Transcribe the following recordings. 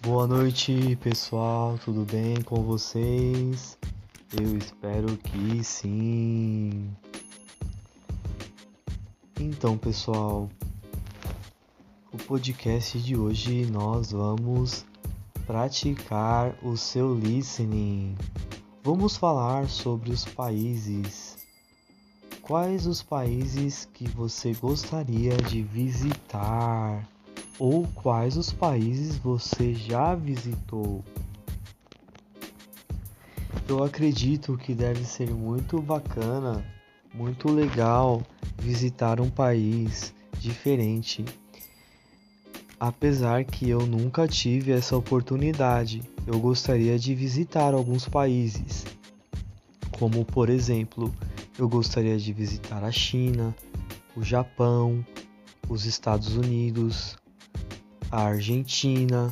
Boa noite, pessoal, tudo bem com vocês? Eu espero que sim. Então, pessoal, o podcast de hoje nós vamos praticar o seu listening. Vamos falar sobre os países. Quais os países que você gostaria de visitar? Ou quais os países você já visitou? Eu acredito que deve ser muito bacana, muito legal visitar um país diferente. Apesar que eu nunca tive essa oportunidade, eu gostaria de visitar alguns países. Como, por exemplo, eu gostaria de visitar a China, o Japão, os Estados Unidos, a Argentina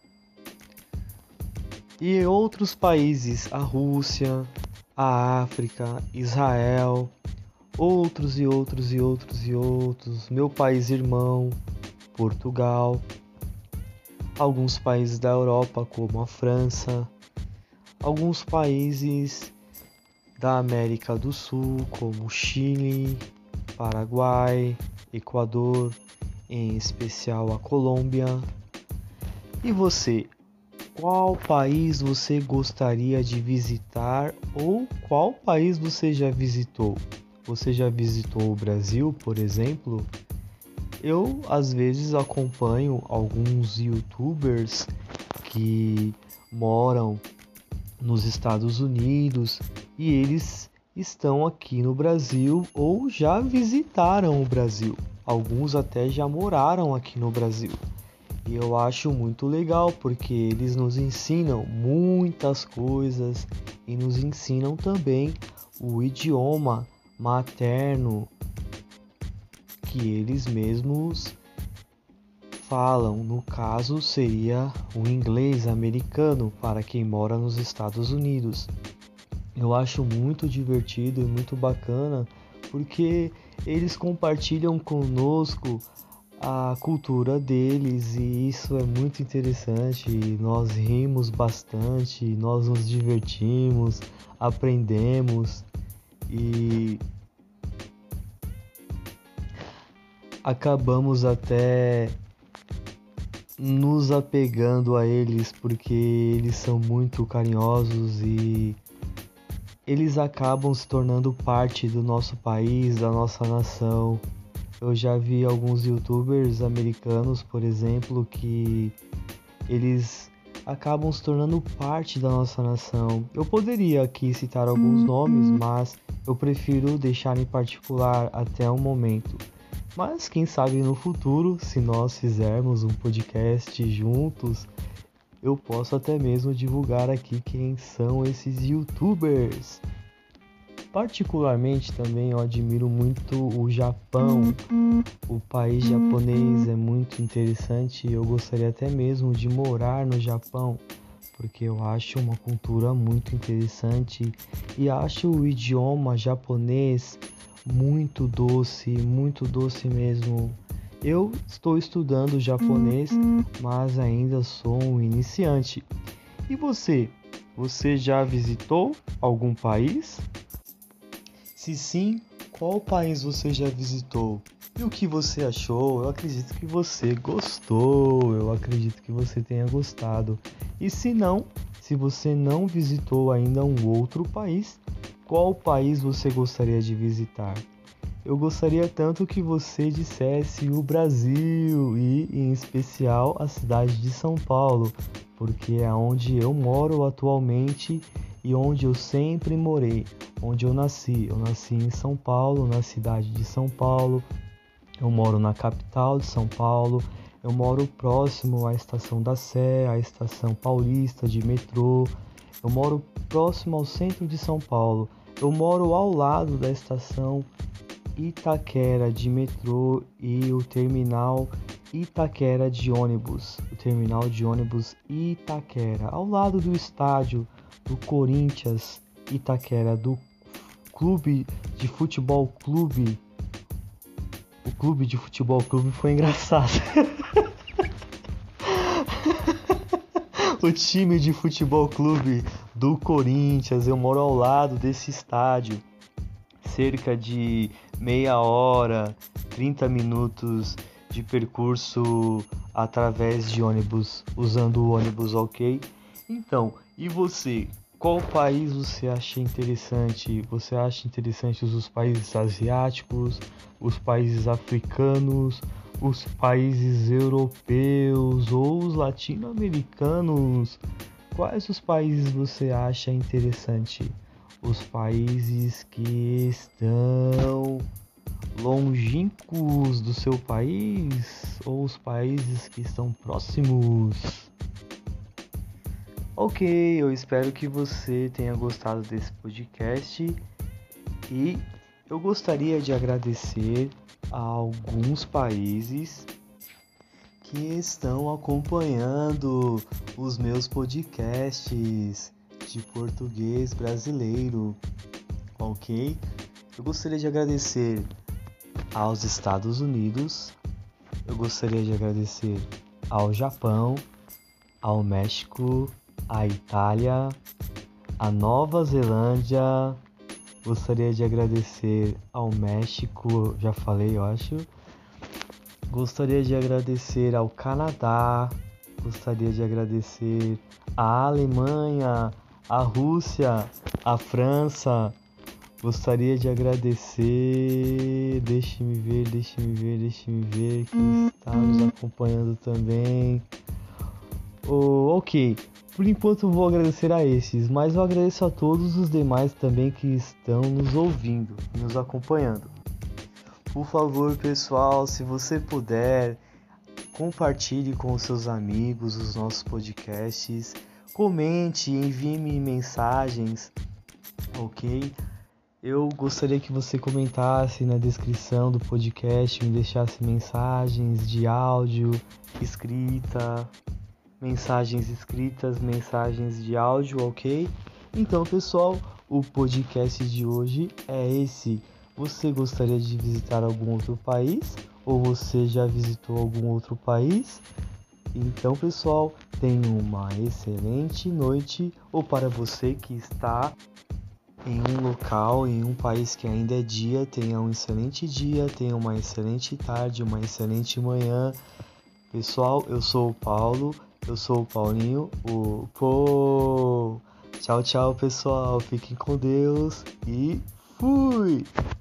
e outros países, a Rússia, a África, Israel, outros e outros e outros e outros, meu país irmão, Portugal, alguns países da Europa como a França, alguns países da América do Sul como Chile, Paraguai, Equador, em especial a Colômbia. E você? Qual país você gostaria de visitar ou qual país você já visitou? Você já visitou o Brasil, por exemplo? Eu, às vezes, acompanho alguns YouTubers que moram nos Estados Unidos e eles estão aqui no Brasil ou já visitaram o Brasil. Alguns até já moraram aqui no Brasil. E eu acho muito legal porque eles nos ensinam muitas coisas e nos ensinam também o idioma materno que eles mesmos falam. No caso, seria o inglês americano para quem mora nos Estados Unidos. Eu acho muito divertido e muito bacana porque eles compartilham conosco a cultura deles e isso é muito interessante. Nós rimos bastante, nós nos divertimos, aprendemos e acabamos até nos apegando a eles porque eles são muito carinhosos e eles acabam se tornando parte do nosso país, da nossa nação. Eu já vi alguns YouTubers americanos, por exemplo, que eles acabam se tornando parte da nossa nação. Eu poderia aqui citar alguns nomes, mas eu prefiro deixar em particular até o momento. Mas quem sabe no futuro, se nós fizermos um podcast juntos, eu posso até mesmo divulgar aqui quem são esses YouTubers. Particularmente também eu admiro muito o Japão. O país japonês é muito interessante e eu gostaria até mesmo de morar no Japão, porque eu acho uma cultura muito interessante e acho o idioma japonês muito doce mesmo. Eu estou estudando japonês, mas ainda sou um iniciante. E você? Você já visitou algum país? Se sim, qual país você já visitou? E o que você achou? Eu acredito que você gostou, eu acredito que você tenha gostado. E se não, se você não visitou ainda um outro país, qual país você gostaria de visitar? Eu gostaria tanto que você dissesse o Brasil e, em especial, a cidade de São Paulo, porque é onde eu moro atualmente e onde eu sempre morei, onde eu nasci. Eu nasci em São Paulo, na cidade de São Paulo. Eu moro na capital de São Paulo. Eu moro próximo à Estação da Sé, à Estação Paulista de metrô. Eu moro próximo ao centro de São Paulo. Eu moro ao lado da Estação Itaquera de metrô e o terminal Itaquera de ônibus. O terminal de ônibus Itaquera, ao lado do estádio do Corinthians Itaquera, do clube de futebol clube. O clube de futebol clube foi engraçado. O time de futebol clube do Corinthians, eu moro ao lado desse estádio. Cerca de meia hora, 30 minutos de percurso através de ônibus, usando o ônibus, ok? Então, e você? Qual país você acha interessante? Você acha interessantes os países asiáticos, os países africanos, os países europeus ou os latino-americanos? Quais os países você acha interessante? Os países que estão longínquos do seu país ou os países que estão próximos? Ok, eu espero que você tenha gostado desse podcast e eu gostaria de agradecer a alguns países que estão acompanhando os meus podcasts de português brasileiro, ok? Eu gostaria de agradecer aos Estados Unidos, eu gostaria de agradecer ao Japão, ao México, à Itália, à Nova Zelândia, gostaria de agradecer ao México, já falei, eu acho. Gostaria de agradecer ao Canadá, gostaria de agradecer à Alemanha, à Rússia, à França. Gostaria de agradecer, deixe-me ver quem está nos acompanhando também. Ok, por enquanto eu vou agradecer a esses, mas eu agradeço a todos os demais também que estão nos ouvindo, nos acompanhando. Por favor, pessoal, se você puder, compartilhe com os seus amigos os nossos podcasts, comente, envie-me mensagens, ok? Eu gostaria que você comentasse na descrição do podcast, me deixasse mensagens de áudio, mensagens escritas, mensagens de áudio, ok? Então, pessoal, o podcast de hoje é esse. Você gostaria de visitar algum outro país? Ou você já visitou algum outro país? Então, pessoal, tenha uma excelente noite. Ou para você que está em um local, em um país que ainda é dia, tenha um excelente dia, tenha uma excelente tarde, uma excelente manhã. Pessoal, eu sou o Paulo, eu sou o Paulinho, Tchau, tchau, pessoal. Fiquem com Deus e fui!